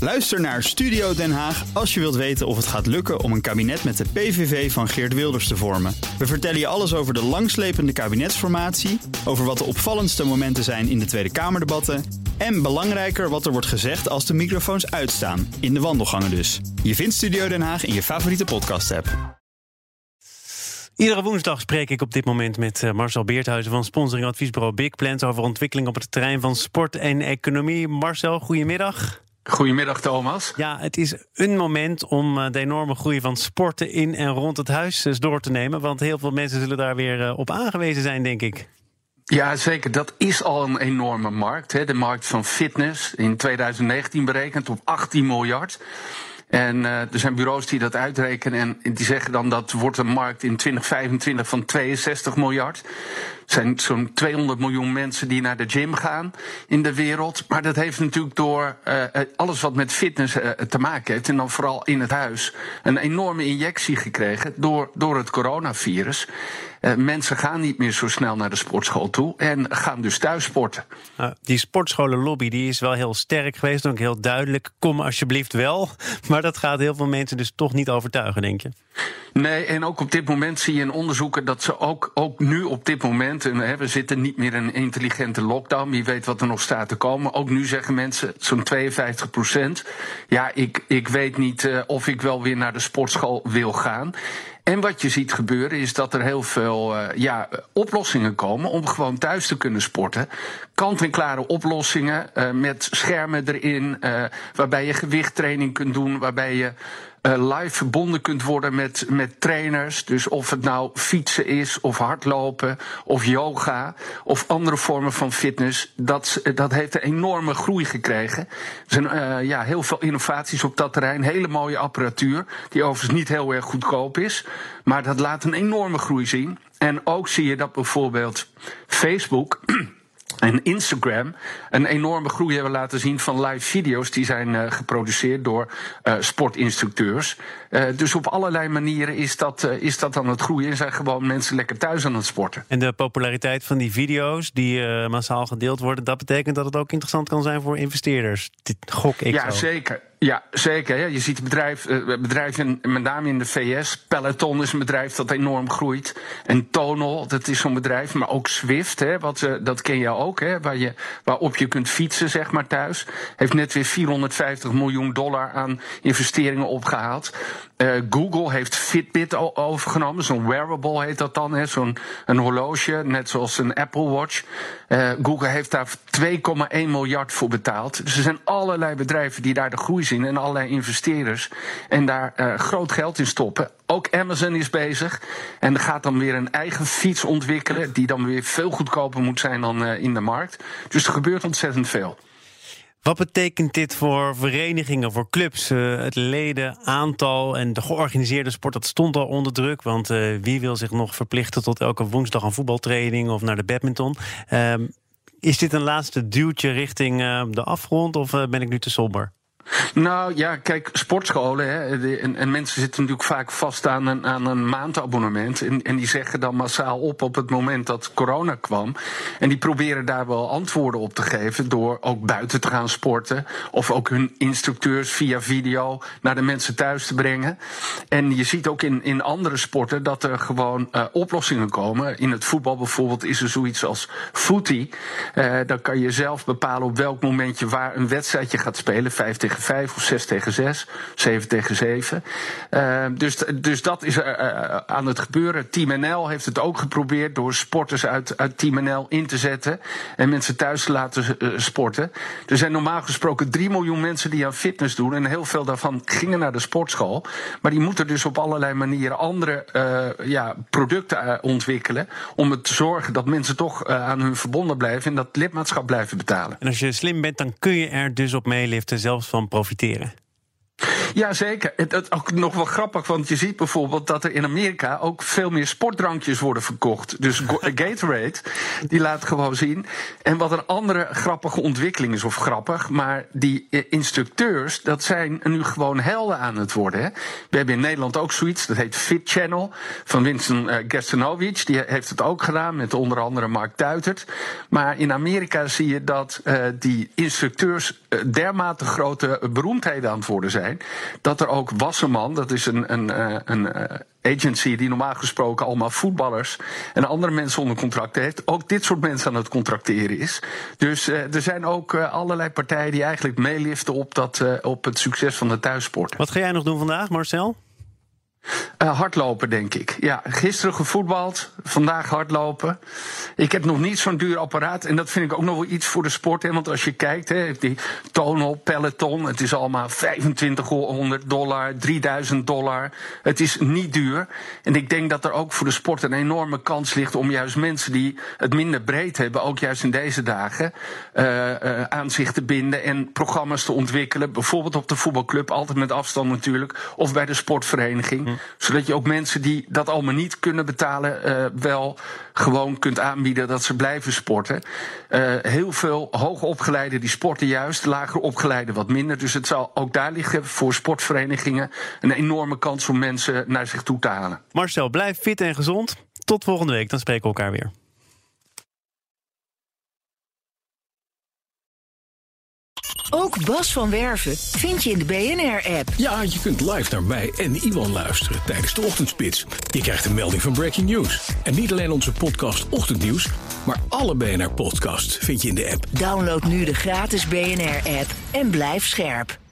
Luister naar Studio Den Haag als je wilt weten of het gaat lukken om een kabinet met de PVV van Geert Wilders te vormen. We vertellen je alles over de langslepende kabinetsformatie, over wat de opvallendste momenten zijn in de Tweede Kamerdebatten en belangrijker wat er wordt gezegd als de microfoons uitstaan, in de wandelgangen dus. Je vindt Studio Den Haag in je favoriete podcast-app. Iedere woensdag spreek ik op dit moment met Marcel Beerthuizen van sponsoringadviesbureau Big Plans over ontwikkeling op het terrein van sport en economie. Marcel, goedemiddag. Goedemiddag, Thomas. Ja, het is een moment om de enorme groei van sporten in en rond het huis door te nemen. Want heel veel mensen zullen daar weer op aangewezen zijn, denk ik. Ja, zeker. Dat is al een enorme markt. Hè. De markt van fitness, in 2019 berekend op 18 miljard. En er zijn bureaus die dat uitrekenen en die zeggen dan dat wordt een markt in 2025 van 62 miljard. Er zijn zo'n 200 miljoen mensen die naar de gym gaan in de wereld. Maar dat heeft natuurlijk door alles wat met fitness te maken heeft, en dan vooral in het huis, een enorme injectie gekregen door het coronavirus. Mensen gaan niet meer zo snel naar de sportschool toe en gaan dus thuis sporten. Die sportscholenlobby die is wel heel sterk geweest, ook heel duidelijk. Kom alsjeblieft wel. Maar dat gaat heel veel mensen dus toch niet overtuigen, denk je? Nee, en ook op dit moment zie je in onderzoeken dat ze ook nu op dit moment, en we zitten niet meer in een intelligente lockdown, wie weet wat er nog staat te komen. Ook nu zeggen mensen, zo'n 52%, ja, ik weet niet of ik wel weer naar de sportschool wil gaan. En wat je ziet gebeuren is dat er heel veel oplossingen komen om gewoon thuis te kunnen sporten. Kant-en-klare oplossingen met schermen erin, waarbij je gewichttraining kunt doen, waarbij je live verbonden kunt worden met trainers. Dus of het nou fietsen is, of hardlopen, of yoga, of andere vormen van fitness. Dat heeft een enorme groei gekregen. Er zijn heel veel innovaties op dat terrein. Hele mooie apparatuur, die overigens niet heel erg goedkoop is. Maar dat laat een enorme groei zien. En ook zie je dat bijvoorbeeld Facebook en Instagram een enorme groei hebben laten zien van live video's die zijn geproduceerd door sportinstructeurs. Dus op allerlei manieren is dat aan het groeien en zijn gewoon mensen lekker thuis aan het sporten. En de populariteit van die video's die massaal gedeeld worden, dat betekent dat het ook interessant kan zijn voor investeerders. Dit gok ik zo. Zeker. Ja, zeker. Ja. Je ziet bedrijven, met name in de VS. Peloton is een bedrijf dat enorm groeit. En Tonal, dat is zo'n bedrijf. Maar ook Zwift, dat ken je ook. Waarop je kunt fietsen, zeg maar, thuis. Heeft net weer $450 miljoen aan investeringen opgehaald. Google heeft Fitbit overgenomen. Zo'n wearable heet dat dan. Zo'n horloge, net zoals een Apple Watch. Google heeft daar 2,1 miljard voor betaald. Dus er zijn allerlei bedrijven die daar de groei zien en allerlei investeerders en daar groot geld in stoppen. Ook Amazon is bezig en gaat dan weer een eigen fiets ontwikkelen die dan weer veel goedkoper moet zijn dan in de markt. Dus er gebeurt ontzettend veel. Wat betekent dit voor verenigingen, voor clubs? Het ledenaantal en de georganiseerde sport, dat stond al onder druk. Want wie wil zich nog verplichten tot elke woensdag een voetbaltraining of naar de badminton? Is dit een laatste duwtje richting de afgrond of ben ik nu te somber? Nou ja, kijk, sportscholen, en mensen zitten natuurlijk vaak vast aan een maandabonnement. En die zeggen dan massaal op het moment dat corona kwam. En die proberen daar wel antwoorden op te geven door ook buiten te gaan sporten. Of ook hun instructeurs via video naar de mensen thuis te brengen. En je ziet ook in andere sporten dat er gewoon oplossingen komen. In het voetbal bijvoorbeeld is er zoiets als footy. Dan kan je zelf bepalen op welk moment je waar een wedstrijdje gaat spelen. 5 tegen 5 of 6 tegen 6, 7 tegen 7. Dus dat is aan het gebeuren. Team NL heeft het ook geprobeerd door sporters uit Team NL in te zetten en mensen thuis te laten sporten. Er zijn normaal gesproken 3 miljoen mensen die aan fitness doen en heel veel daarvan gingen naar de sportschool. Maar die moeten dus op allerlei manieren andere producten ontwikkelen om het te zorgen dat mensen toch aan hun verbonden blijven en dat lidmaatschap blijven betalen. En als je slim bent, dan kun je er dus op meeliften, zelfs van profiteren. Ja, zeker. Het ook nog wel grappig, want je ziet bijvoorbeeld dat er in Amerika ook veel meer sportdrankjes worden verkocht. Dus Gatorade, die laat gewoon zien. En wat een andere grappige ontwikkeling is, of grappig, maar die instructeurs, dat zijn nu gewoon helden aan het worden. Hè. We hebben in Nederland ook zoiets, dat heet Fit Channel, van Winston Gerstenovic. Die heeft het ook gedaan, met onder andere Mark Tuitert. Maar in Amerika zie je dat die instructeurs dermate grote beroemdheden aan het worden zijn, dat er ook Wasserman, dat is een agency die normaal gesproken allemaal voetballers en andere mensen onder contract heeft, ook dit soort mensen aan het contracteren is. Dus er zijn ook allerlei partijen die eigenlijk meeliften op het succes van de thuissport. Wat ga jij nog doen vandaag, Marcel? Hardlopen, denk ik. Ja, gisteren gevoetbald, vandaag hardlopen. Ik heb nog niet zo'n duur apparaat. En dat vind ik ook nog wel iets voor de sport. Hè, want als je kijkt, hè, die Tonal, Peloton, het is allemaal $2500, $3000. Het is niet duur. En ik denk dat er ook voor de sport een enorme kans ligt om juist mensen die het minder breed hebben, ook juist in deze dagen, aan zich te binden en programma's te ontwikkelen. Bijvoorbeeld op de voetbalclub, altijd met afstand natuurlijk, of bij de sportvereniging. Zodat je ook mensen die dat allemaal niet kunnen betalen, wel gewoon kunt aanbieden dat ze blijven sporten. Heel veel hoogopgeleiden die sporten juist, lager opgeleiden wat minder. Dus het zal ook daar liggen voor sportverenigingen een enorme kans om mensen naar zich toe te halen. Marcel, blijf fit en gezond. Tot volgende week, dan spreken we elkaar weer. Ook Bas van Werven vind je in de BNR-app. Ja, je kunt live naar mij en Iwan luisteren tijdens de ochtendspits. Je krijgt een melding van Breaking News. En niet alleen onze podcast Ochtendnieuws, maar alle BNR-podcasts vind je in de app. Download nu de gratis BNR-app en blijf scherp.